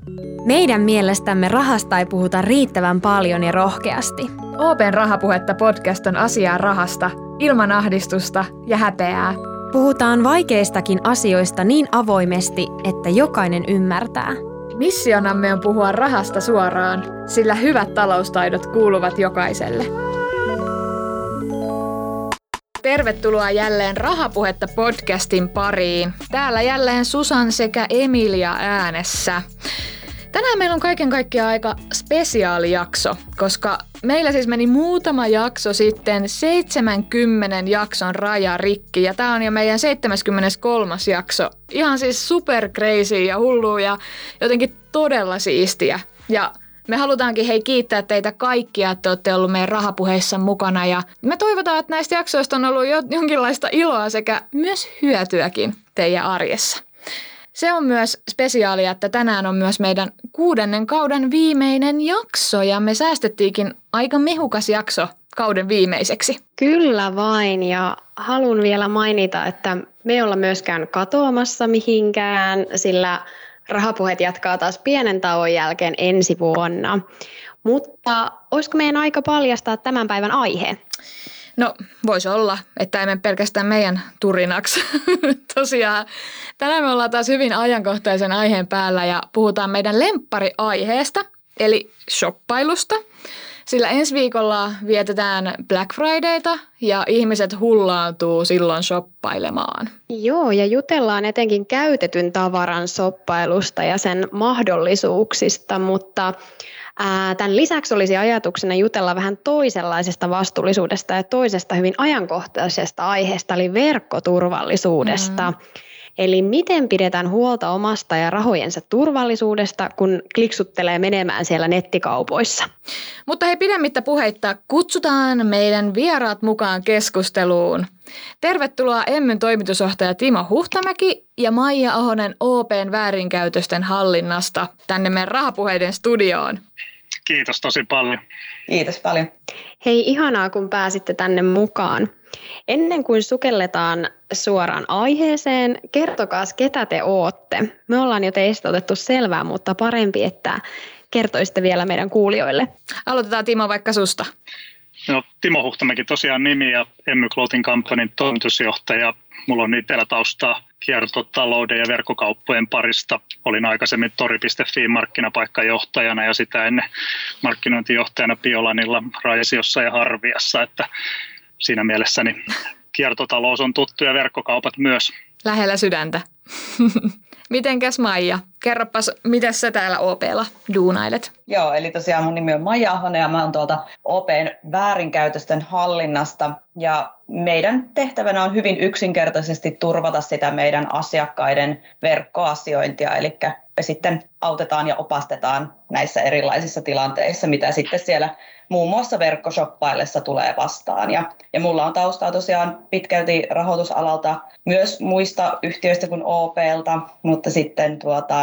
Meidän mielestämme rahasta ei puhuta riittävän paljon ja rohkeasti. Open Rahapuhetta podcast on asiaa rahasta, ilman ahdistusta ja häpeää. Puhutaan vaikeistakin asioista niin avoimesti, että jokainen ymmärtää. Missionamme on puhua rahasta suoraan, sillä hyvät taloustaidot kuuluvat jokaiselle. Tervetuloa jälleen Rahapuhetta podcastin pariin. Täällä jälleen Susan sekä Emilia äänessä. Tänään meillä on kaiken kaikkiaan aika spesiaalijakso, koska meillä siis meni muutama jakso sitten 70 jakson raja rikki ja tää on jo meidän 73. jakso. Ihan siis super crazy ja hullua ja jotenkin todella siistiä. Ja me halutaankin kiittää teitä kaikkia, että olette ollut meidän rahapuheissa mukana ja me toivotaan, että näistä jaksoista on ollut jonkinlaista iloa sekä myös hyötyäkin teidän arjessa. Se on myös spesiaalia, että tänään on myös meidän 6. kauden viimeinen jakso ja me säästettiinkin aika mehukas jakso kauden viimeiseksi. Kyllä vain ja haluan vielä mainita, että me ei olla myöskään katoamassa mihinkään, sillä Rahapuheet jatkaa taas pienen tauon jälkeen ensi vuonna. Mutta olisiko meidän aika paljastaa tämän päivän aihe? No, voisi olla, että ei mene pelkästään meidän turinaksi. Tosiaan, tänään me ollaan taas hyvin ajankohtaisen aiheen päällä ja puhutaan meidän lemppariaiheesta, eli shoppailusta. Sillä ensi viikolla vietetään Black Fridayta ja ihmiset hullaantuu silloin shoppailemaan. Joo, ja jutellaan etenkin käytetyn tavaran shoppailusta ja sen mahdollisuuksista, mutta tämän lisäksi olisi ajatuksena jutella vähän toisenlaisesta vastuullisuudesta ja toisesta hyvin ajankohtaisesta aiheesta, eli verkkoturvallisuudesta. Eli miten pidetään huolta omasta ja rahojensa turvallisuudesta, kun kliksuttelee menemään siellä nettikaupoissa. Mutta hei, pidemmittä puheitta kutsutaan meidän vieraat mukaan keskusteluun. Tervetuloa Emmyn toimitusjohtaja Timo Huhtamäki ja Maija Ahonen OP:n väärinkäytösten hallinnasta tänne meidän Rahapuheiden studioon. Kiitos tosi paljon. Kiitos paljon. Hei, ihanaa kun pääsitte tänne mukaan. Ennen kuin sukelletaan suoraan aiheeseen, kertokaa ketä te ootte. Me ollaan jo teistä otettu selvää, mutta parempi, että kertoisitte vielä meidän kuulijoille. Aloitetaan Timo vaikka susta. No, Timo Huhtamäki tosiaan nimi ja Emmy Clothing Companyn toimitusjohtaja. Mulla on itsellä taustaa kiertotalouden ja verkkokauppojen parista. Olin aikaisemmin Tori.fi-markkinapaikkajohtajana ja sitä ennen markkinointijohtajana Biolanilla, Raisiossa ja Harviassa. Että siinä mielessäni kiertotalous on tuttu ja verkkokaupat myös. Lähellä sydäntä. Mitenkäs Maija? Kerropas, mitä sä täällä OP:lla duunailet? Joo, eli tosiaan mun nimi on Maija Ahonen ja mä oon tuolta OP:n väärinkäytösten hallinnasta. Ja meidän tehtävänä on hyvin yksinkertaisesti turvata sitä meidän asiakkaiden verkkoasiointia, eli sitten autetaan ja opastetaan näissä erilaisissa tilanteissa, mitä sitten siellä muun muassa verkkoshoppaillessa tulee vastaan. Ja mulla on taustaa tosiaan pitkälti rahoitusalalta, myös muista yhtiöistä kuin OP:lta, mutta sitten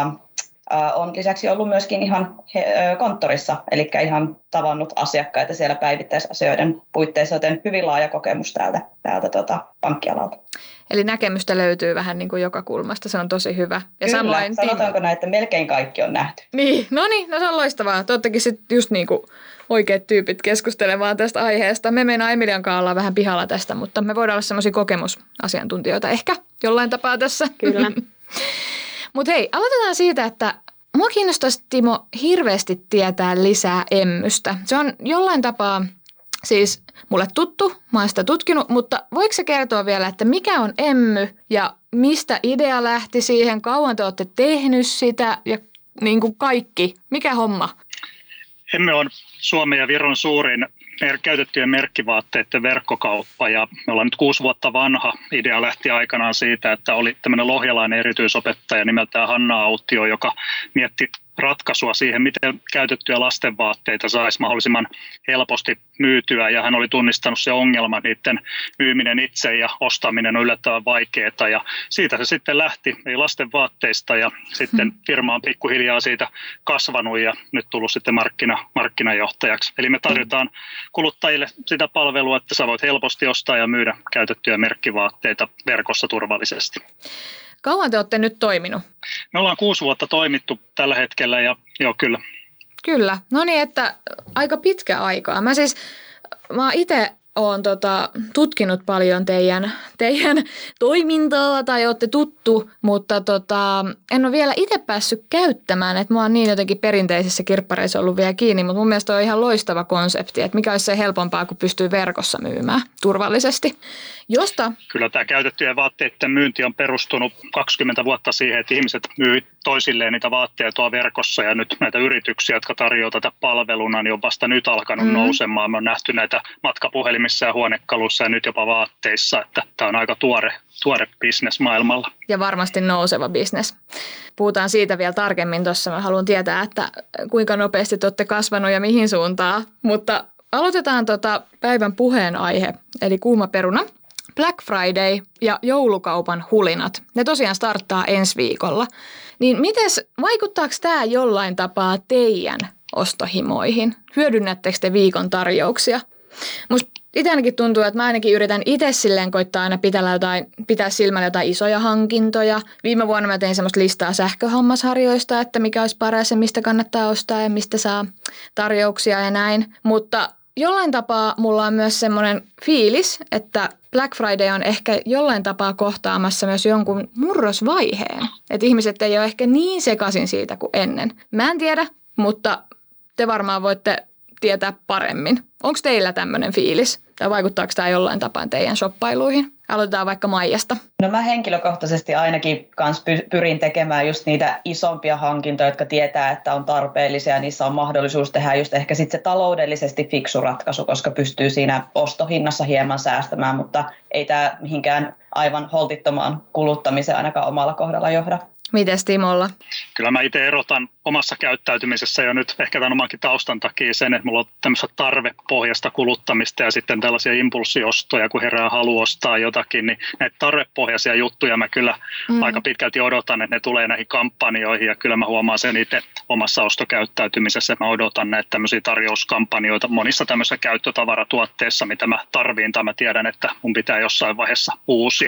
on lisäksi ollut myöskin ihan konttorissa, eli ihan tavannut asiakkaita siellä päivittäisasioiden puitteissa, joten hyvin laaja kokemus täältä pankkialalta. Eli näkemystä löytyy vähän niin kuin joka kulmasta, se on tosi hyvä. Ja kyllä, samoin, sanotaanko näin, että melkein kaikki on nähty. Niin, no se on loistavaa. Tottakin sitten just niin kuin oikeat tyypit keskustelemaan tästä aiheesta. Me meinaa Emilian kanssa ollaan vähän pihalla tästä, mutta me voidaan olla semmoisia kokemusasiantuntijoita ehkä jollain tapaa tässä. Kyllä. Mutta hei, aloitetaan siitä, että mua kiinnostaisi, Timo, hirveästi tietää lisää Emmystä. Se on jollain tapaa siis mulle tuttu, mä oon sitä tutkinut, mutta voiko se kertoa vielä, että mikä on Emmy ja mistä idea lähti siihen, kauan te olette tehnyt sitä ja niin kuin kaikki, mikä homma? Emmy on Suomen ja Viron suurin käytettyjen merkkivaatteiden verkkokauppa ja me ollaan nyt 6 vuotta vanha. Idea lähti aikanaan siitä, että oli tämmöinen lohjalainen erityisopettaja nimeltään Hanna Autio, joka mietti ratkaisua siihen, miten käytettyjä lastenvaatteita saisi mahdollisimman helposti myytyä, ja hän oli tunnistanut se ongelma, niiden myyminen itse ja ostaminen on yllättävän vaikeaa, ja siitä se sitten lähti, ei lastenvaatteista, ja sitten firma on pikkuhiljaa siitä kasvanut ja nyt tullut sitten markkinajohtajaksi. Eli me tarjotaan kuluttajille sitä palvelua, että sä voit helposti ostaa ja myydä käytettyjä merkkivaatteita verkossa turvallisesti. Kauan te olette nyt toiminut? Me ollaan 6 vuotta toimittu tällä hetkellä ja joo, kyllä. Kyllä. No niin, että aika pitkä aikaa. Mä itse olen tutkinut paljon teidän toimintaa tai olette tuttu, mutta en ole vielä itse päässyt käyttämään, että mä oon niin jotenkin perinteisissä kirppareissa ollut vielä kiinni, mutta mun mielestä on ihan loistava konsepti, että mikä olisi se helpompaa, kun pystyy verkossa myymään turvallisesti. Kyllä tämä käytettyjen vaatteiden myynti on perustunut 20 vuotta siihen, että ihmiset myy toisilleen niitä vaatteita verkossa ja nyt näitä yrityksiä, jotka tarjoavat tätä palveluna, niin on vasta nyt alkanut nousemaan. Me on nähty näitä matkapuhelimissa ja huonekaluissa ja nyt jopa vaatteissa, että tämä on aika tuore bisnes maailmalla. Ja varmasti nouseva bisnes. Puhutaan siitä vielä tarkemmin tuossa. Mä haluan tietää, että kuinka nopeasti te olette kasvanut ja mihin suuntaan, mutta aloitetaan päivän puheenaihe, eli kuuma peruna. Black Friday ja joulukaupan hulinat. Ne tosiaan starttaa ensi viikolla. Niin vaikuttaako tämä jollain tapaa teidän ostohimoihin? Hyödynnättekö te viikon tarjouksia? Musta itse ainakin tuntuu, että mä ainakin yritän itse silleen koittaa aina pitää silmällä jotain isoja hankintoja. Viime vuonna mä tein semmoista listaa sähköhammasharjoista, että mikä olisi paras ja mistä kannattaa ostaa ja mistä saa tarjouksia ja näin. Mutta jollain tapaa mulla on myös semmoinen fiilis, että Black Friday on ehkä jollain tapaa kohtaamassa myös jonkun murrosvaiheen. Että ihmiset ei ole ehkä niin sekaisin siitä kuin ennen. Mä en tiedä, mutta te varmaan voitte tietää paremmin. Onko teillä tämmöinen fiilis? Tai vaikuttaako tämä jollain tapaa teidän shoppailuihin? Aloitetaan vaikka Maijasta. No mä henkilökohtaisesti ainakin pyrin tekemään just niitä isompia hankintoja, jotka tietää, että on tarpeellisia. Ja niissä on mahdollisuus tehdä just ehkä sitten se taloudellisesti fiksu ratkaisu, koska pystyy siinä ostohinnassa hieman säästämään, mutta ei tämä mihinkään aivan holtittomaan kuluttamiseen ainakaan omalla kohdalla johda. Mites Timolla? Kyllä mä itse erotan omassa käyttäytymisessä jo nyt ehkä tämän omankin taustan takia sen, että mulla on tämmöistä tarvepohjaista kuluttamista ja sitten tällaisia impulssiostoja, kun herää halu ostaa jotakin, niin näitä tarvepohjaisia juttuja mä kyllä aika pitkälti odotan, että ne tulee näihin kampanjoihin ja kyllä mä huomaan sen itse omassa ostokäyttäytymisessä, että mä odotan näitä tämmöisiä tarjouskampanjoita monissa tämmöisissä käyttötavaratuotteissa, mitä mä tarviin tai mä tiedän, että mun pitää jossain vaiheessa uusia.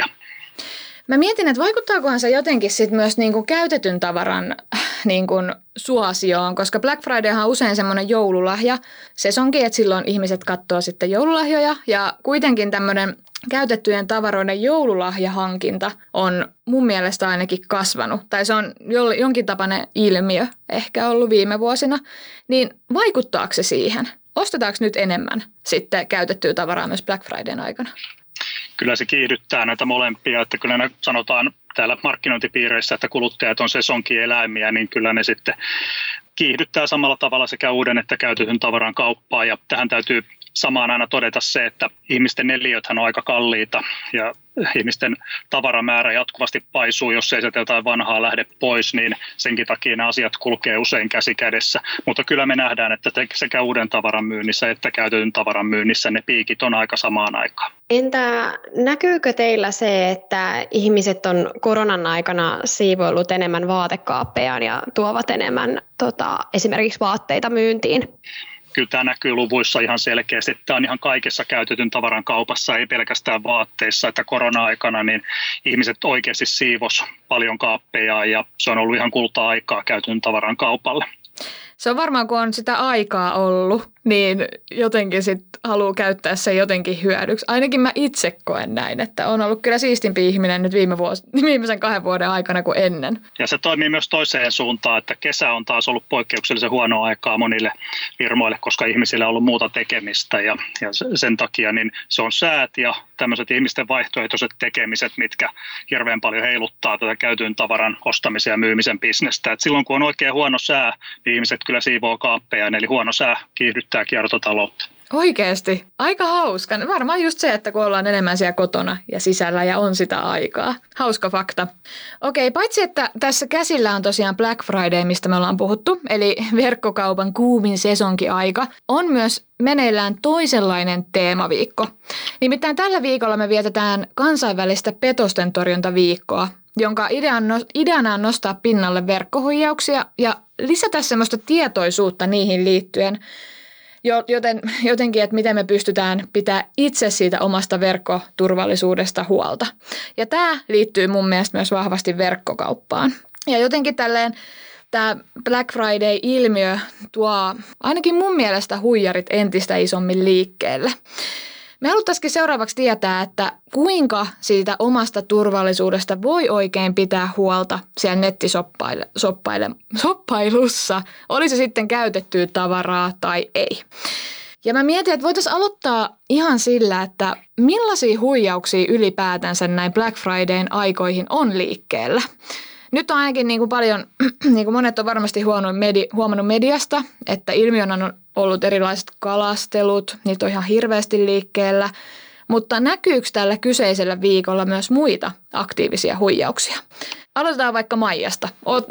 Mä mietin, että vaikuttaakohan se jotenkin sit myös niinku käytetyn tavaran niinku suosioon, koska Black Fridayhan on usein semmoinen joululahja sesonkin, että silloin ihmiset katsoo sitten joululahjoja ja kuitenkin tämmöinen käytettyjen tavaroiden joululahjahankinta on mun mielestä ainakin kasvanut, tai se on jonkin tapainen ilmiö ehkä ollut viime vuosina, niin vaikuttaako se siihen? Ostetaanko nyt enemmän sitten käytettyä tavaraa myös Black Fridayn aikana? Kyllä se kiihdyttää näitä molempia, että kyllä ne sanotaan täällä markkinointipiireissä, että kuluttajat on sesonkieläimiä, niin kyllä ne sitten kiihdyttää samalla tavalla sekä uuden että käytetyn tavaran kauppaa ja tähän täytyy samaan aina todeta se, että ihmisten neliöthän on aika kalliita ja ihmisten tavaramäärä jatkuvasti paisuu, jos ei sieltä jotain vanhaa lähde pois, niin senkin takia nämä asiat kulkee usein käsi kädessä. Mutta kyllä me nähdään, että sekä uuden tavaran myynnissä että käytetyn tavaran myynnissä ne piikit on aika samaan aikaan. Entä näkyykö teillä se, että ihmiset on koronan aikana siivoillut enemmän vaatekaappeja ja tuovat enemmän esimerkiksi vaatteita myyntiin? Kyllä tämä näkyy luvuissa ihan selkeästi. Tämä on ihan kaikessa käytetyn tavaran kaupassa, ei pelkästään vaatteissa, että korona-aikana niin ihmiset oikeasti siivos paljon kaappeja ja se on ollut ihan kulta-aikaa käytetyn tavaran kaupalle. Se on varmaan, kun on sitä aikaa ollut, niin jotenkin sitten haluaa käyttää sen jotenkin hyödyksi. Ainakin mä itse koen näin, että on ollut kyllä siistimpi ihminen nyt viimeisen 2 vuoden aikana kuin ennen. Ja se toimii myös toiseen suuntaan, että kesä on taas ollut poikkeuksellisen huonoa aikaa monille firmoille, koska ihmisillä on ollut muuta tekemistä ja sen takia niin se on säät ja tämmöiset ihmisten vaihtoehtoiset tekemiset, mitkä hirveän paljon heiluttaa tätä käytyn tavaran ostamisen ja myymisen bisnestä. Et silloin kun on oikein huono sää, niin ihmiset kyllä siivoo kaappeja, eli huono sää kiihdyttää kiertotaloutta. Oikeasti. Aika hauska. Varmaan just se, että kun ollaan enemmän siellä kotona ja sisällä ja on sitä aikaa. Hauska fakta. Okei, paitsi että tässä käsillä on tosiaan Black Friday, mistä me ollaan puhuttu, eli verkkokaupan kuumin sesonkiaika, on myös meneillään toisenlainen teemaviikko. Nimittäin tällä viikolla me vietetään kansainvälistä petosten torjuntaviikkoa, jonka ideana on nostaa pinnalle verkkohuijauksia ja lisätä semmoista tietoisuutta niihin liittyen. jotenkin, että miten me pystytään pitämään itse siitä omasta verkkoturvallisuudesta huolta. Ja tämä liittyy mun mielestä myös vahvasti verkkokauppaan. Ja jotenkin tämä Black Friday-ilmiö tuo ainakin mun mielestä huijarit entistä isommin liikkeelle. Me haluttaisiin seuraavaksi tietää, että kuinka siitä omasta turvallisuudesta voi oikein pitää huolta siellä nettisoppailussa, oli se sitten käytettyä tavaraa tai ei. Ja mä mietin, että voitaisiin aloittaa ihan sillä, että millaisia huijauksia ylipäätänsä näin Black Fridayn aikoihin on liikkeellä. Nyt on ainakin niin kuin paljon, niin kuin monet on varmasti huomannut mediasta, että ilmiönä on ollut erilaiset kalastelut, niitä on ihan hirveästi liikkeellä, mutta näkyykö tällä kyseisellä viikolla myös muita aktiivisia huijauksia? Aloitetaan vaikka Maijasta.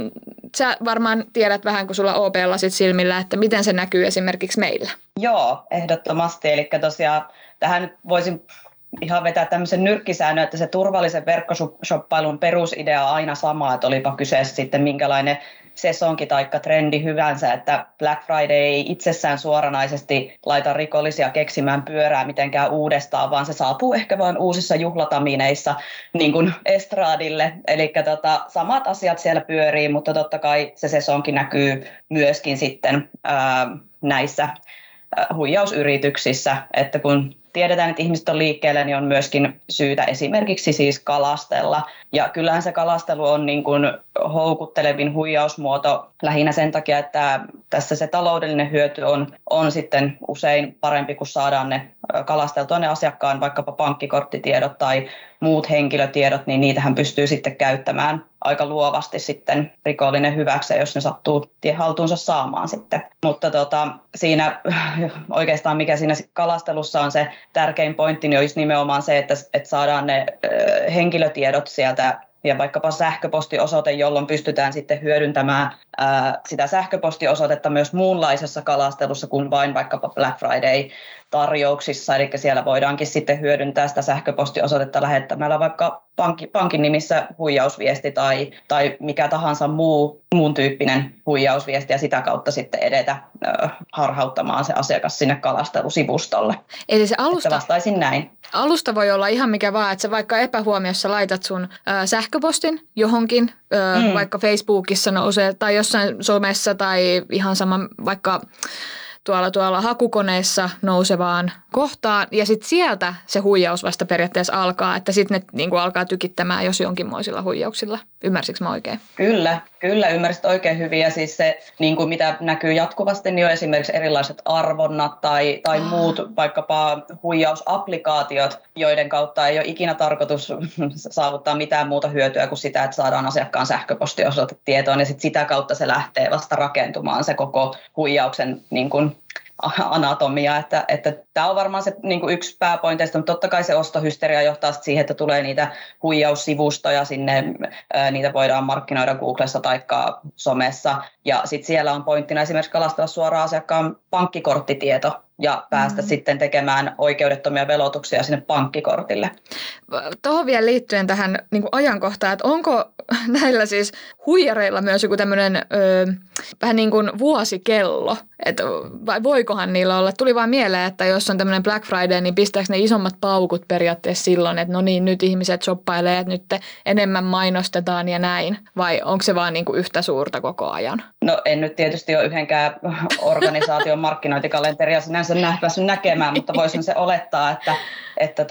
Sä varmaan tiedät vähän, kun sulla OP-lasit silmillä, että miten se näkyy esimerkiksi meillä. Joo, ehdottomasti. Eli tosiaan tähän nyt voisin ihan vetää tämmöisen nyrkkisäännön, että se turvallisen verkkoshoppailun perusidea on aina sama, että olipa kyseessä sitten minkälainen sesonki tai trendi hyvänsä, että Black Friday ei itsessään suoranaisesti laita rikollisia keksimään pyörää mitenkään uudestaan, vaan se saapuu ehkä vain uusissa juhlatamineissa niin kuin estraadille. Eli samat asiat siellä pyörii, mutta totta kai se sesonki näkyy myöskin sitten näissä huijausyrityksissä, että kun tiedetään, että ihmiset on liikkeellä, niin on myöskin syytä esimerkiksi siis kalastella. Ja kyllähän se kalastelu on niin kuin houkuttelevin huijausmuoto lähinnä sen takia, että tässä se taloudellinen hyöty on sitten usein parempi, kun saadaan ne kalasteltua ne asiakkaan vaikkapa pankkikorttitiedot tai muut henkilötiedot, niin niitähän pystyy sitten käyttämään aika luovasti sitten rikollinen hyväksi, jos ne sattuu haltuunsa saamaan sitten. Mutta siinä oikeastaan mikä siinä kalastelussa on se tärkein pointti, niin olisi nimenomaan se, että saadaan ne henkilötiedot sieltä ja vaikkapa sähköpostiosoite, jolloin pystytään sitten hyödyntämään sitä sähköpostiosoitetta myös muunlaisessa kalastelussa kuin vain vaikkapa Black Friday-tarjouksissa. Eli siellä voidaankin sitten hyödyntää sitä sähköpostiosoitetta lähettämällä vaikka pankin nimissä huijausviesti tai mikä tahansa muun tyyppinen huijausviesti ja sitä kautta sitten edetä harhauttamaan se asiakas sinne kalastelusivustolle. Eli se että vastaisin näin. Alusta voi olla ihan mikä vaan, että sä vaikka epähuomiossa laitat sun sähköpostin johonkin, vaikka Facebookissa nousee tai jossain somessa tai ihan sama vaikka tuolla hakukoneessa nousevaan kohtaan. Ja sitten sieltä se huijaus vasta periaatteessa alkaa, että sitten ne niinku alkaa tykittämään jos jonkinmoisilla huijauksilla. Ymmärsikö mä oikein? Kyllä ymmärsit oikein hyvin. Ja siis se, niin kuin mitä näkyy jatkuvasti, niin on esimerkiksi erilaiset arvonnat tai muut vaikkapa huijausapplikaatiot, joiden kautta ei ole ikinä tarkoitus saavuttaa mitään muuta hyötyä kuin sitä, että saadaan asiakkaan sähköpostiosoitetietoon. Ja sitten sitä kautta se lähtee vasta rakentumaan se koko huijauksen niin kuin anatomia, että tämä on varmaan se niin kuin yksi pääpointeista, mutta totta kai se ostohysteria johtaa siihen, että tulee niitä huijaussivustoja sinne, niitä voidaan markkinoida Googlessa tai somessa, ja sitten siellä on pointtina esimerkiksi kalastella suoraan asiakkaan pankkikorttitieto ja päästä sitten tekemään oikeudettomia velotuksia sinne pankkikortille. Tuohon vielä liittyen tähän niin kuin ajankohtaan, että onko näillä siis huijareilla myös joku tämmöinen vähän niin kuin vuosikello, että vai voikohan niillä olla? Tuli vaan mieleen, että jos on tämmöinen Black Friday, niin pistääkö ne isommat paukut periaatteessa silloin, että no niin, nyt ihmiset shoppailee, että nyt enemmän mainostetaan ja näin, vai onko se vaan niin kuin yhtä suurta koko ajan? No en nyt tietysti ole yhdenkään organisaation markkinointikalenteria sinänsä päässyt näkemään, mutta voisin se olettaa, että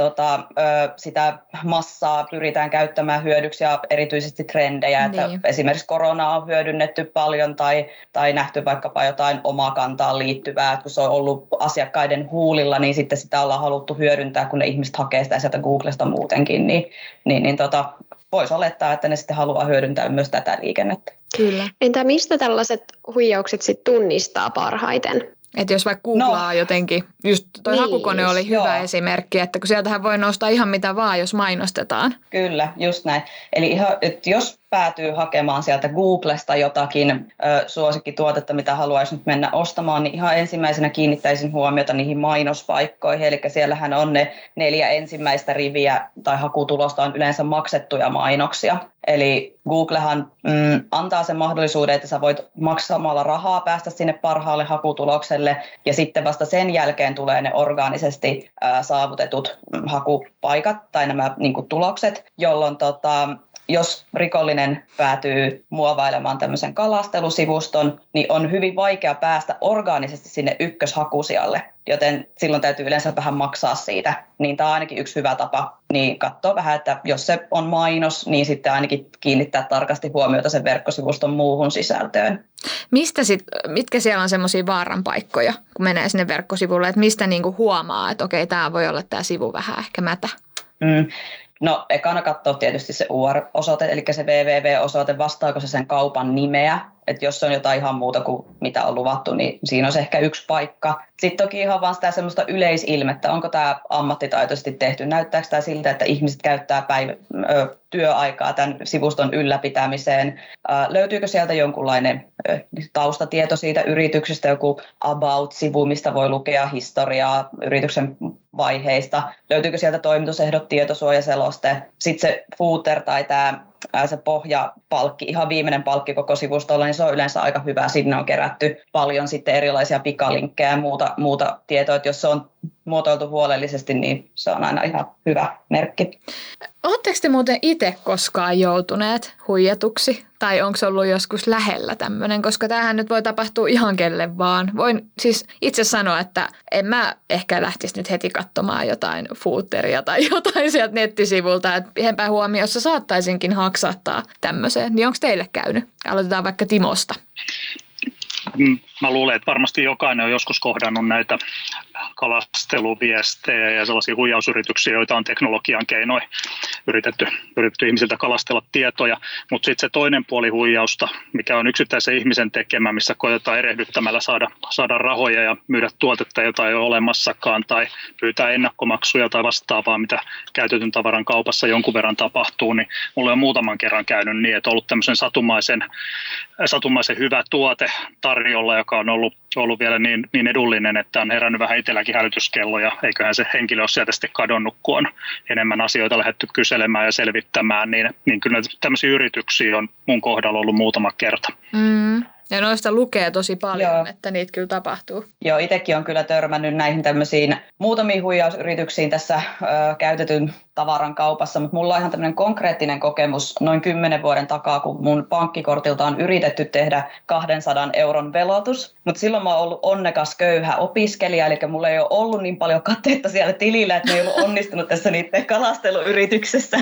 sitä massaa pyritään käyttämään hyödyksi ja erityisesti trendejä, että esimerkiksi koronaa on hyödynnetty paljon tai nähty vaikkapa jotain omakantaan liittyvää, että kun se on ollut asiakkaiden huulilla, niin sitten sitä ollaan haluttu hyödyntää, kun ne ihmiset hakee sitä sieltä Googlesta muutenkin, niin voisi olettaa, että ne sitten haluaa hyödyntää myös tätä liikennettä. Kyllä. Entä mistä tällaiset huijaukset sitten tunnistaa parhaiten? Että jos vaikka googlaa jotenkin, just toi hakukone oli hyvä esimerkki, että kun sieltähän voi nostaa ihan mitä vaan, jos mainostetaan. Kyllä, just näin. Eli ihan, että jos päätyy hakemaan sieltä Googlesta jotakin suosikkituotetta, mitä haluaisi nyt mennä ostamaan, niin ihan ensimmäisenä kiinnittäisin huomiota niihin mainospaikkoihin. Eli siellähän on ne 4 ensimmäistä riviä tai hakutulosta on yleensä maksettuja mainoksia. Eli Googlehan antaa sen mahdollisuuden, että sä voit maksamalla rahaa päästä sinne parhaalle hakutulokselle, ja sitten vasta sen jälkeen tulee ne orgaanisesti saavutetut hakupaikat tai nämä niin kuin tulokset, jolloin jos rikollinen päätyy muovailemaan tämmöisen kalastelusivuston, niin on hyvin vaikea päästä orgaanisesti sinne ykköshakusijalle, joten silloin täytyy yleensä vähän maksaa siitä. Niin tämä on ainakin yksi hyvä tapa, niin katsoa vähän, että jos se on mainos, niin sitten ainakin kiinnittää tarkasti huomiota sen verkkosivuston muuhun sisältöön. Mitkä siellä on semmoisia vaaranpaikkoja, kun menee sinne verkkosivulle, että mistä niinku huomaa, että okei, tämä voi olla tämä sivu vähän ehkä mätä? No ekana katsoa tietysti se URL-osoite, eli se www-osoite, vastaako se sen kaupan nimeä. Että jos se on jotain ihan muuta kuin mitä on luvattu, niin siinä on se ehkä yksi paikka. Sitten toki ihan vaan sitä semmoista yleisilmettä, onko tämä ammattitaitoisesti tehty. Näyttääkö tämä siltä, että ihmiset käyttää työaikaa tämän sivuston ylläpitämiseen? Löytyykö sieltä jonkunlainen taustatieto siitä yrityksestä, joku about-sivu, mistä voi lukea historiaa yrityksen vaiheista? Löytyykö sieltä toimitusehdot, tietosuojaseloste? Sitten se footer tai se pohjapalkki, ihan viimeinen palkki koko sivustolla, niin se on yleensä aika hyvä. Sinne on kerätty paljon sitten erilaisia pikalinkkejä ja muuta tietoa, että jos se on muotoiltu huolellisesti, niin se on aina ihan hyvä merkki. Oletteko te muuten itse koskaan joutuneet huijatuksi? Tai onko se ollut joskus lähellä tämmöinen? Koska tämähän nyt voi tapahtua ihan kelle vaan. Voin siis itse sanoa, että en mä ehkä lähtisi nyt heti katsomaan jotain footeria tai jotain sieltä nettisivulta. Että pidempään huomiossa saattaisinkin haksahtaa tämmöiseen. Niin onko teille käynyt? Aloitetaan vaikka Timosta. Mä luulen, että varmasti jokainen on joskus kohdannut näitä kalasteluviestejä ja sellaisia huijausyrityksiä, joita on teknologian keinoin yritetty ihmisiltä kalastella tietoja. Mutta sitten se toinen puoli huijausta, mikä on yksittäisen ihmisen tekemä, missä koetetaan erehdyttämällä saada rahoja ja myydä tuotetta, jota ei ole olemassakaan, tai pyytää ennakkomaksuja tai vastaavaa, mitä käytetyn tavaran kaupassa jonkun verran tapahtuu, niin mulla on muutaman kerran käynyt niin, että on ollut tämmöisen satumaisen hyvä tuote tarjolla, joka on ollut vielä niin edullinen, että on herännyt vähän itselläkin hälytyskelloja, eiköhän se henkilö ole sieltä sitten kadonnut, kun on enemmän asioita lähdetty kyselemään ja selvittämään, niin kyllä tämmöisiä yrityksiä on mun kohdalla ollut muutama kerta. Ja noista lukee tosi paljon, että niitä kyllä tapahtuu. Joo, itsekin on kyllä törmännyt näihin tämmöisiin muutamiin huijausyrityksiin tässä käytetyn tavaran kaupassa, mutta mulla on ihan tämmöinen konkreettinen kokemus noin 10 vuoden takaa, kun mun pankkikortilta on yritetty tehdä 200 euron velotus, mutta silloin mä oon ollut onnekas köyhä opiskelija, eli mulla ei ole ollut niin paljon katteetta siellä tilillä, että ne ei ollut onnistunut tässä niiden kalasteluyrityksessä,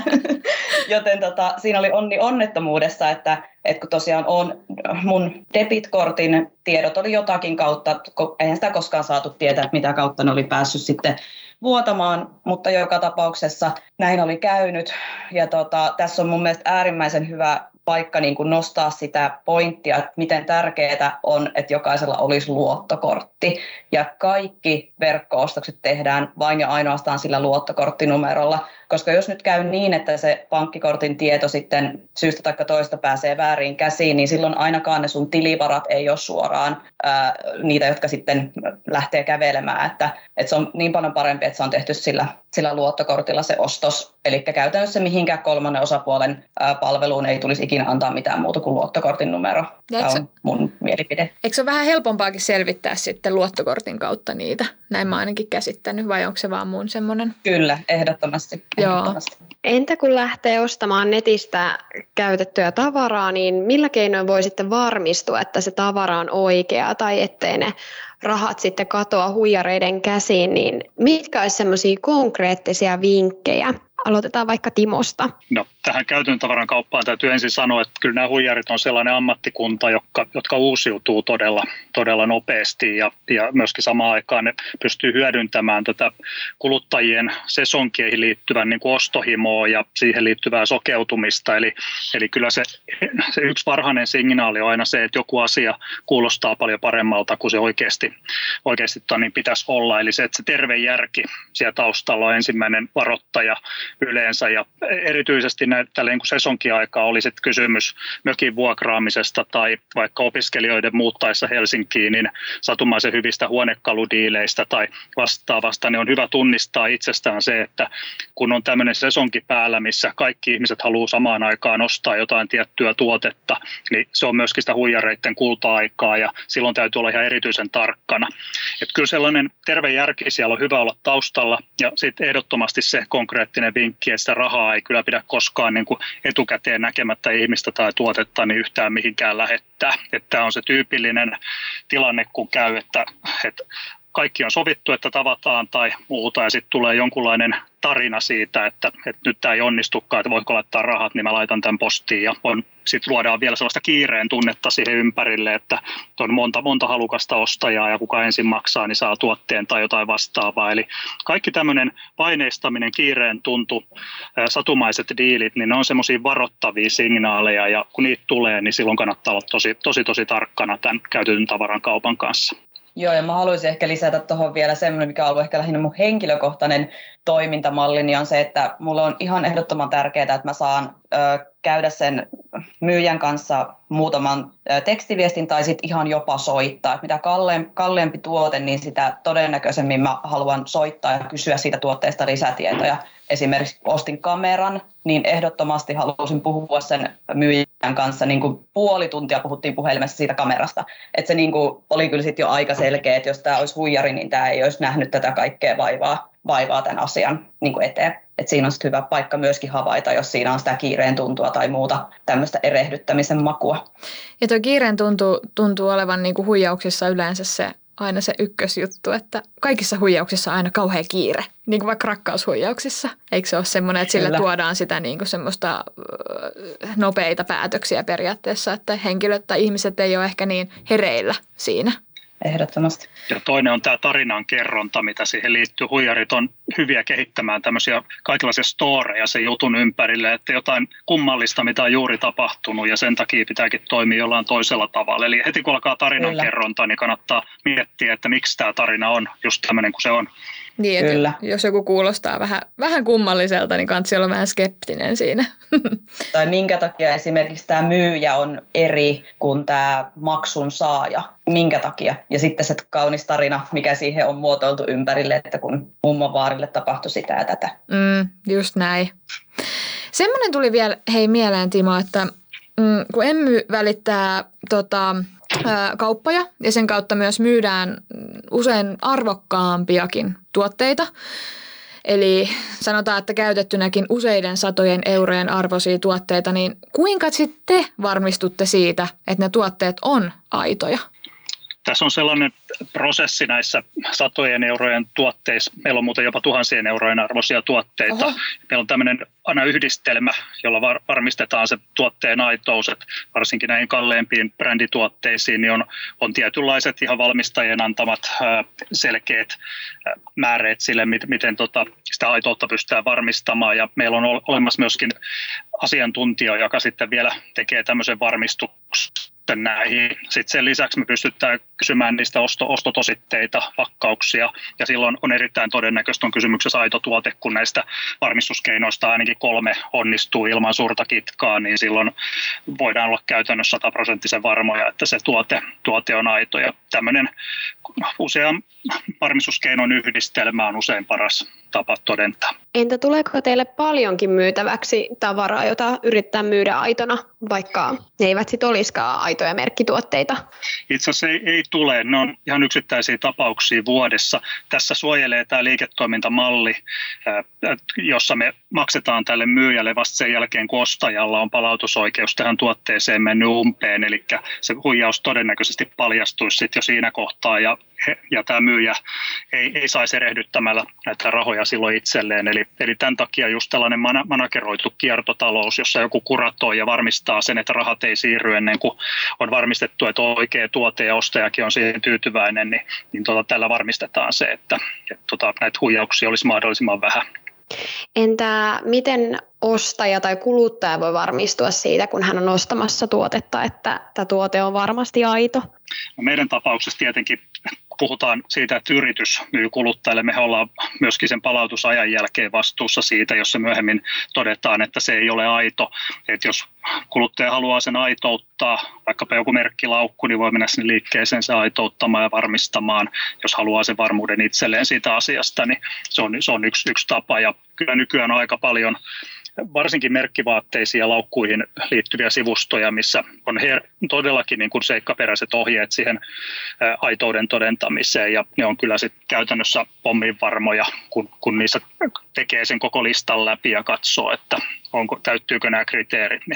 joten siinä oli onni onnettomuudessa, että kun tosiaan mun debitkortin tiedot oli jotakin kautta, eihän sitä koskaan saatu tietää, että mitä kautta ne oli päässyt sitten vuotamaan, mutta joka tapauksessa näin oli käynyt. Ja tässä on mun mielestä äärimmäisen hyvä paikka niin kuin nostaa sitä pointtia, että miten tärkeää on, että jokaisella olisi luottokortti. Ja kaikki verkko-ostokset tehdään vain ja ainoastaan sillä luottokorttinumerolla. Koska jos nyt käy niin, että se pankkikortin tieto sitten syystä tai toista pääsee vääriin käsiin, niin silloin ainakaan ne sun tilivarat ei ole suoraan niitä, jotka sitten lähtee kävelemään. Että se on niin paljon parempi, että se on tehty sillä luottokortilla se ostos. Eli käytännössä mihinkään kolmannen osapuolen palveluun ei tulisi ikinä antaa mitään muuta kuin luottokortin numero. Tämä on mun mielipide. Eikö se ole vähän helpompaakin selvittää sitten luottokortin kautta niitä? Näin mä ainakin käsittänyt, vai onko se vaan mun semmoinen? Kyllä, ehdottomasti. Entä kun lähtee ostamaan netistä käytettyä tavaraa, niin millä keinoin voi sitten varmistua, että se tavara on oikea tai ettei ne rahat sitten katoa huijareiden käsiin, niin mitkä olisi semmoisia konkreettisia vinkkejä? Aloitetaan vaikka Timosta. No, tähän käytön tavaran kauppaan täytyy ensin sanoa, että kyllä nämä huijarit on sellainen ammattikunta, jotka uusiutuu todella nopeasti ja myöskin samaan aikaan ne pystyy hyödyntämään tätä kuluttajien sesonkeihin liittyvän niin kuin ostohimoa ja siihen liittyvää sokeutumista. Eli kyllä se yksi varhainen signaali on aina se, että joku asia kuulostaa paljon paremmalta kuin se oikeasti niin pitäisi olla. Eli se, että se terve järki siellä taustalla on ensimmäinen varoittaja yleensä. Ja erityisesti tällä niin kuin sesonkiaikaa oli sitten kysymys mökin vuokraamisesta tai vaikka opiskelijoiden muuttaessa Helsinkiin, niin satumaisen hyvistä huonekaludiileistä tai vastaavasta, niin on hyvä tunnistaa itsestään se, että kun on tämmöinen sesonki päällä, missä kaikki ihmiset haluaa samaan aikaan ostaa jotain tiettyä tuotetta, niin se on myöskin sitä huijareiden kulta-aikaa ja silloin täytyy olla ihan erityisen tarkkana. Että kyllä sellainen terve järki siellä on hyvä olla taustalla ja sitten ehdottomasti se konkreettinen vinkki, että sitä rahaa ei kyllä pidä koskaan niin kuin etukäteen näkemättä ihmistä tai tuotetta niin yhtään mihinkään lähettää. Että tämä on se tyypillinen tilanne, kun käy, että kaikki on sovittu, että tavataan tai muuta ja sitten tulee jonkunlainen tarina siitä, että nyt tämä ei onnistukaan, että voiko laittaa rahat, niin mä laitan tämän postiin ja sitten luodaan vielä sellaista kiireen tunnetta siihen ympärille, että on monta halukasta ostajaa ja kuka ensin maksaa, niin saa tuotteen tai jotain vastaavaa. Eli kaikki tämmöinen paineistaminen, kiireen tuntu, satumaiset diilit, niin ne on semmoisia varoittavia signaaleja ja kun niitä tulee, niin silloin kannattaa olla tosi tarkkana tämän käytetyn tavaran kaupan kanssa. Joo, ja mä haluaisin ehkä lisätä tuohon vielä semmoinen, mikä on ollut ehkä lähinnä mun henkilökohtainen toimintamalli, niin on se, että mulle on ihan ehdottoman tärkeää, että mä saan käydä sen myyjän kanssa muutaman tekstiviestin tai sitten ihan jopa soittaa. Mitä kalleempi tuote, niin sitä todennäköisemmin mä haluan soittaa ja kysyä siitä tuotteesta lisätietoja. Esimerkiksi ostin kameran, niin ehdottomasti halusin puhua sen myyjän kanssa, niin kuin puoli tuntia puhuttiin puhelimessa siitä kamerasta. Että se niin kuin oli kyllä sitten jo aika selkeä, että jos tämä olisi huijari, niin tämä ei olisi nähnyt tätä kaikkea vaivaa tämän asian niin kuin eteen. Et siinä on sitten hyvä paikka myöskin havaita, jos siinä on sitä kiireen tuntua tai muuta tämmöistä erehdyttämisen makua. Ja tuo kiireen tuntuu olevan niin kuin huijauksissa yleensä aina se ykkösjuttu, että kaikissa huijauksissa on aina kauhea kiire, niin kuin vaikka rakkaushuijauksissa. Eikö se ole semmoinen, että sillä tuodaan sitä niin kuin semmoista nopeita päätöksiä periaatteessa, että henkilöt tai ihmiset ei ole ehkä niin hereillä siinä? Ehdottomasti. Ja toinen on tämä tarinan kerronta, mitä siihen liittyy. Huijarit on hyviä kehittämään tämmöisiä kaikenlaisia storeja sen jutun ympärille, että jotain kummallista, mitä on juuri tapahtunut ja sen takia pitääkin toimia jollain toisella tavalla. Eli heti kun alkaa tarinan kerronta, niin kannattaa miettiä, että miksi tämä tarina on just tämmöinen kuin se on. Niin, että jos joku kuulostaa vähän kummalliselta, niin kannattaa olla vähän skeptinen siinä. Tai minkä takia esimerkiksi tämä myyjä on eri kuin tämä maksun saaja. Minkä takia? Ja sitten se kaunis tarina, mikä siihen on muotoiltu ympärille, että kun mummovaarille tapahtui sitä ja tätä. Just näin. Semmoinen tuli vielä mieleen, Timo, että kun Emmy välittää kauppoja ja sen kautta myös myydään usein arvokkaampiakin tuotteita. Eli sanotaan, että käytettynäkin useiden satojen eurojen arvoisia tuotteita, niin kuinka sitten te varmistutte siitä, että ne tuotteet on aitoja? Tässä on sellainen prosessi näissä satojen eurojen tuotteissa. Meillä on muuten jopa tuhansien eurojen arvoisia tuotteita. Oho. Meillä on tämmöinen aina yhdistelmä, jolla varmistetaan se tuotteen aitous. Että varsinkin näihin kalleimpiin brändituotteisiin niin on tietynlaiset ihan valmistajien antamat selkeät määreet sille, miten sitä aitoutta pystytään varmistamaan. Ja meillä on olemassa myöskin asiantuntija, joka sitten vielä tekee tämmöisen varmistuksen näihin. Sitten sen lisäksi me pystytään kysymään niistä ostotositteita, pakkauksia, ja silloin on erittäin todennäköistä on kysymyksessä aito tuote, kun näistä varmistuskeinoista ainakin 3 onnistuu ilman suurta kitkaa, niin silloin voidaan olla käytännössä 100% varmoja, että se tuote on aito, ja tämmöinen usean varmistuskeinon yhdistelmä on usein paras tapa todentaa. Entä tuleeko teille paljonkin myytäväksi tavaraa, jota yrittää myydä aitona, vaikka ne eivät sitten olisikaan aitoja merkkituotteita? Itse asiassa ei tule. Ne on ihan yksittäisiä tapauksia vuodessa. Tässä suojelee tämä liiketoimintamalli, jossa me maksetaan tälle myyjälle vasta sen jälkeen, kun ostajalla on palautusoikeus tähän tuotteeseen mennyt umpeen. Eli se huijaus todennäköisesti paljastuisi sitten jo siinä kohtaa ja tämä myyjä ei saisi erehdyttämällä näitä rahoja silloin itselleen. Eli tämän takia just tällainen manageroitu kiertotalous, jossa joku kuratoi ja varmistaa sen, että rahat ei siirry ennen kuin on varmistettu, että on oikea tuote ja ostajakin on siihen tyytyväinen, niin tällä varmistetaan se, että näitä huijauksia olisi mahdollisimman vähän. Entä miten ostaja tai kuluttaja voi varmistua siitä, kun hän on ostamassa tuotetta, että tämä tuote on varmasti aito? No meidän tapauksessa tietenkin puhutaan siitä, että yritys myy kuluttajille, me ollaan myöskin sen palautusajan jälkeen vastuussa siitä, jos se myöhemmin todetaan, että se ei ole aito. Että jos kuluttaja haluaa sen aitouttaa, vaikkapa joku merkkilaukku, niin voi mennä sinne liikkeeseen se aitouttamaan ja varmistamaan. Jos haluaa sen varmuuden itselleen siitä asiasta, niin se on yksi tapa. Ja kyllä nykyään on aika paljon varsinkin merkkivaatteisiin ja laukkuihin liittyviä sivustoja, missä on todellakin niin kuin seikkaperäiset ohjeet siihen aitouden todentamiseen, ja ne on kyllä sitten käytännössä pomminvarmoja, kun niissä tekee sen koko listan läpi ja katsoo, että täyttyykö nämä kriteerit. Niin.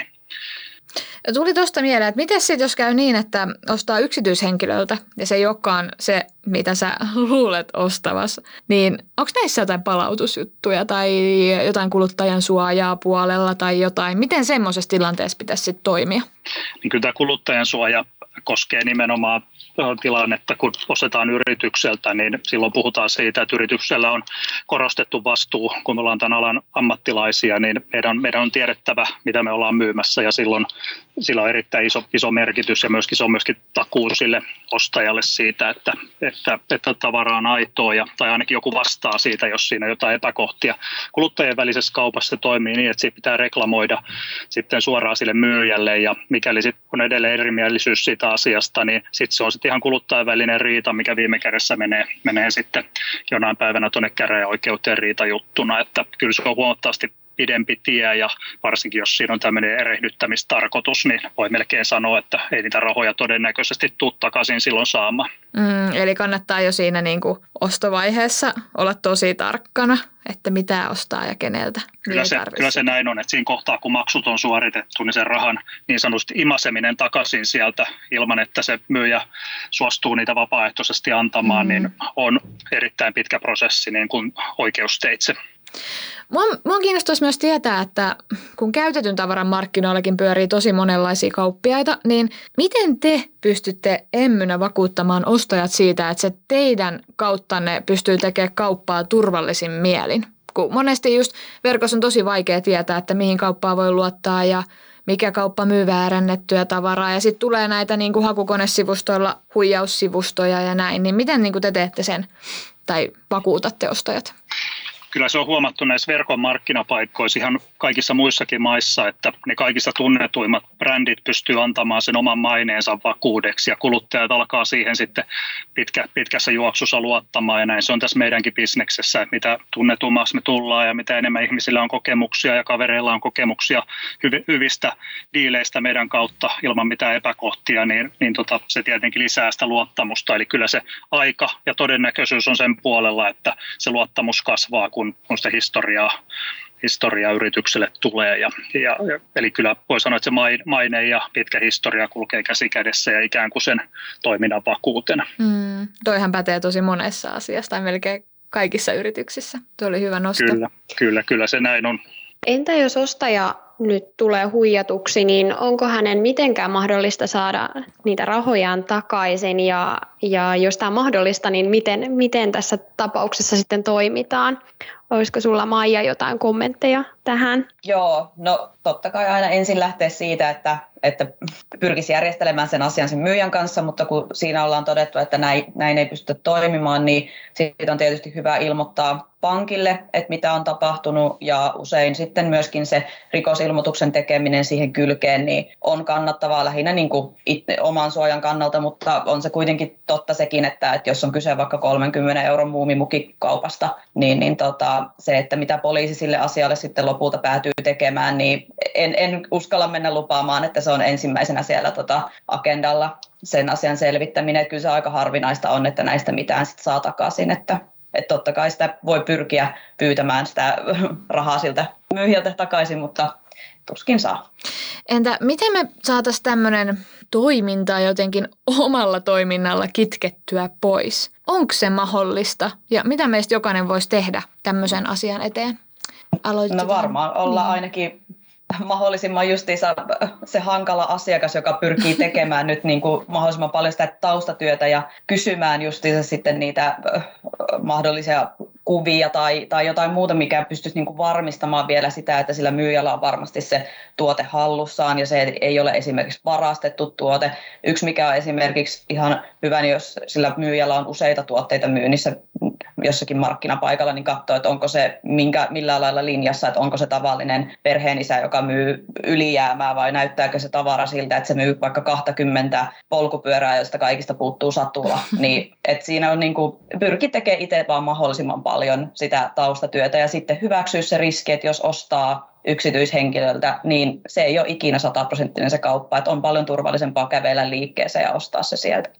Tuli tuosta mieleen, että miten sitten jos käy niin, että ostaa yksityishenkilöltä ja se ei olekaan se, mitä sä luulet ostavasi, niin onko näissä jotain palautusjuttuja tai jotain kuluttajan suojaa puolella tai jotain? Miten semmoisessa tilanteessa pitäisi sitten toimia? Niin kyllä tämä kuluttajan suoja koskee nimenomaan tilannetta, kun ostetaan yritykseltä, niin silloin puhutaan siitä, että yrityksellä on korostettu vastuu, kun me ollaan tämän alan ammattilaisia, niin meidän on tiedettävä, mitä me ollaan myymässä, ja silloin sillä on erittäin iso merkitys, ja myöskin se on myöskin takuu sille ostajalle siitä, että tavara on aitoa, tai ainakin joku vastaa siitä, jos siinä on jotain epäkohtia. Kuluttajien välisessä kaupassa se toimii niin, että siitä pitää reklamoida sitten suoraan sille myyjälle, ja mikäli sitten on edelleen erimielisyys siitä asiasta, niin sitten se on sitten ihan kuluttajan välinen riita, mikä viime kädessä menee sitten jonain päivänä tuonne käräjäoikeuteen riitajuttuna, että kyllä se on huomattavasti pidempi tie, ja varsinkin jos siinä on tämmöinen erehdyttämistarkoitus, niin voi melkein sanoa, että ei niitä rahoja todennäköisesti tule takaisin silloin saamaan. Eli kannattaa jo siinä niin kuin ostovaiheessa olla tosi tarkkana, että mitä ostaa ja keneltä. Kyllä se näin on, että siinä kohtaa, kun maksut on suoritettu, niin sen rahan niin sanotusti imaseminen takaisin sieltä ilman, että se myyjä suostuu niitä vapaaehtoisesti antamaan, niin on erittäin pitkä prosessi niin kuin oikeusteitse. Mua kiinnostaisi myös tietää, että kun käytetyn tavaran markkinoillakin pyörii tosi monenlaisia kauppiaita, niin miten te pystytte emmynä vakuuttamaan ostajat siitä, että se teidän kauttanne pystyy tekemään kauppaa turvallisin mielin? Kun monesti just verkossa on tosi vaikea tietää, että mihin kauppaan voi luottaa ja mikä kauppa myy väärännettyä tavaraa. Ja sitten tulee näitä niin kuin hakukonesivustoilla huijaussivustoja ja näin. Niin miten niin kuin te teette sen tai vakuutatte ostajat? Kyllä se on huomattu näissä verkon markkinapaikoissa ihan kaikissa muissakin maissa, että ne kaikista tunnetuimmat brändit pystyy antamaan sen oman maineensa vakuudeksi, ja kuluttajat alkaa siihen sitten pitkässä juoksussa luottamaan, ja näin se on tässä meidänkin bisneksessä, että mitä tunnetummaksi me tullaan ja mitä enemmän ihmisillä on kokemuksia ja kavereilla on kokemuksia hyvistä diileistä meidän kautta ilman mitään epäkohtia, niin se tietenkin lisää sitä luottamusta, eli kyllä se aika ja todennäköisyys on sen puolella, että se luottamus kasvaa, kun sitä historiaa yritykselle tulee. Eli kyllä voi sanoa, että se maine ja pitkä historia kulkee käsi kädessä ja ikään kuin sen toiminnan vakuutena. Toihan pätee tosi monessa asiassa tai melkein kaikissa yrityksissä. Tuo oli hyvä nosto. Kyllä se näin on. Entä jos ostaja nyt tulee huijatuksi, niin onko hänen mitenkään mahdollista saada niitä rahojaan takaisin, ja jos tämä on mahdollista, niin miten tässä tapauksessa sitten toimitaan? Olisiko sulla, Maija, jotain kommentteja tähän? Joo, no totta kai aina ensin lähtee siitä, että pyrkisi järjestelemään sen asian sen myyjän kanssa, mutta kun siinä ollaan todettu, että näin ei pystytä toimimaan, niin siitä on tietysti hyvä ilmoittaa pankille, että mitä on tapahtunut, ja usein sitten myöskin se rikosilmoituksen tekeminen siihen kylkeen niin on kannattavaa lähinnä niin kuin oman suojan kannalta, mutta on se kuitenkin totta sekin, että jos on kyse vaikka 30 € muumimukikaupasta, niin se, että mitä poliisi sille asialle sitten lopulta päätyy tekemään, niin en uskalla mennä lupaamaan, että se on ensimmäisenä siellä agendalla sen asian selvittäminen. Että kyllä se aika harvinaista on, että näistä mitään sit saa takaisin, että totta kai sitä voi pyrkiä pyytämään sitä rahaa siltä myyjältä takaisin, mutta tuskin saa. Entä miten me saataisiin tämmöinen toiminta jotenkin omalla toiminnalla kitkettyä pois? Onko se mahdollista ja mitä meistä jokainen voisi tehdä tämmöisen asian eteen? No varmaan olla ainakin mahdollisimman justiinsa se hankala asiakas, joka pyrkii tekemään nyt niin kuin mahdollisimman paljon sitä taustatyötä ja kysymään justiinsa sitten niitä mahdollisia kuvia tai jotain muuta, mikä pystyisi niin kuin varmistamaan vielä sitä, että sillä myyjällä on varmasti se tuote hallussaan ja se ei ole esimerkiksi varastettu tuote. Yksi, mikä on esimerkiksi ihan hyvä, niin jos sillä myyjällä on useita tuotteita myynnissä jossakin markkinapaikalla, niin katsoo, että onko se millään lailla linjassa, että onko se tavallinen perheenisä, joka myy ylijäämää vai näyttääkö se tavara siltä, että se myy vaikka 20 polkupyörää, joista kaikista puuttuu satula. Niin, että siinä on niin kuin, pyrki tekemään itse vaan mahdollisimman paljon sitä taustatyötä ja sitten hyväksyä se riski, että jos ostaa yksityishenkilöltä, niin se ei ole ikinä 100% se kauppa, että on paljon turvallisempaa kävellä liikkeeseen ja ostaa se sieltä.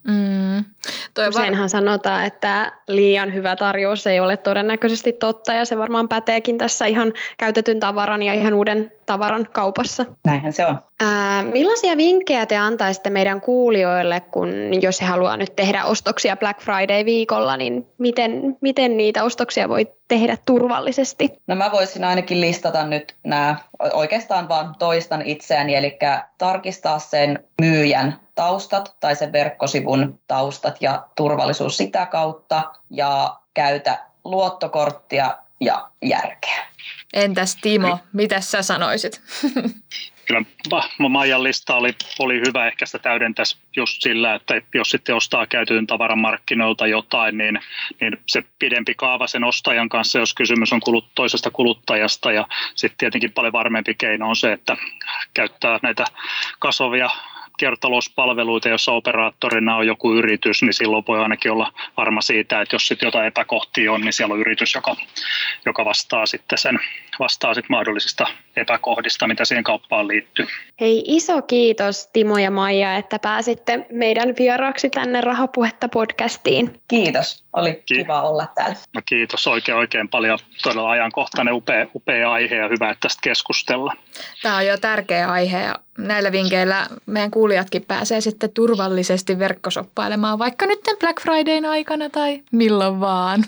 Useinhan sanotaan, että liian hyvä tarjous ei ole todennäköisesti totta ja se varmaan päteekin tässä ihan käytetyn tavaran ja ihan uuden tavaran kaupassa. Näinhän se on. Millaisia vinkkejä te antaisitte meidän kuulijoille, kun jos he haluaa nyt tehdä ostoksia Black Friday-viikolla, niin miten niitä ostoksia voi tehdä turvallisesti? No mä voisin ainakin listata nyt nämä, oikeastaan vaan toistan itseäni, eli tarkistaa sen myyjän taustat tai sen verkkosivun taustat ja turvallisuus sitä kautta ja käytä luottokorttia ja järkeä. Entäs Timo, mitä sä sanoisit? Kyllä Maijan lista oli hyvä, ehkä sitä täydentäisi just sillä, että jos sitten ostaa käytetyn tavaran markkinoilta jotain, niin se pidempi kaava sen ostajan kanssa, jos kysymys on toisesta kuluttajasta, ja sitten tietenkin paljon varmempi keino on se, että käyttää näitä kasvavia kiertotalouspalveluita, jossa operaattorina on joku yritys, niin silloin voi ainakin olla varma siitä, että jos sitten jotain epäkohtia on, niin siellä on yritys, joka vastaa sitten mahdollisista epäkohdista, mitä siihen kauppaan liittyy. Hei, iso kiitos Timo ja Maija, että pääsitte meidän vieraaksi tänne Rahapuhetta podcastiin. Kiitos, oli kiva olla täällä. No kiitos oikein paljon, todella ajankohtainen, upea aihe ja hyvä, että tästä keskustellaan. Tämä on jo tärkeä aihe ja näillä vinkkeillä meidän kuulijatkin pääsee sitten turvallisesti verkkosoppailemaan vaikka nyt Black Fridayn aikana tai milloin vaan.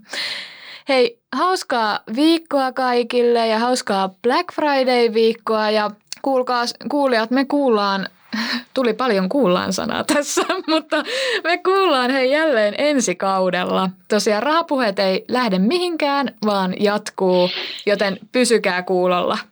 Hei, hauskaa viikkoa kaikille ja hauskaa Black Friday-viikkoa ja kuulijat, me kuullaan, tuli paljon kuullaan sanaa tässä, mutta me kuullaan jälleen ensi kaudella. Tosiaan Rahapuheet ei lähde mihinkään, vaan jatkuu, joten pysykää kuulolla.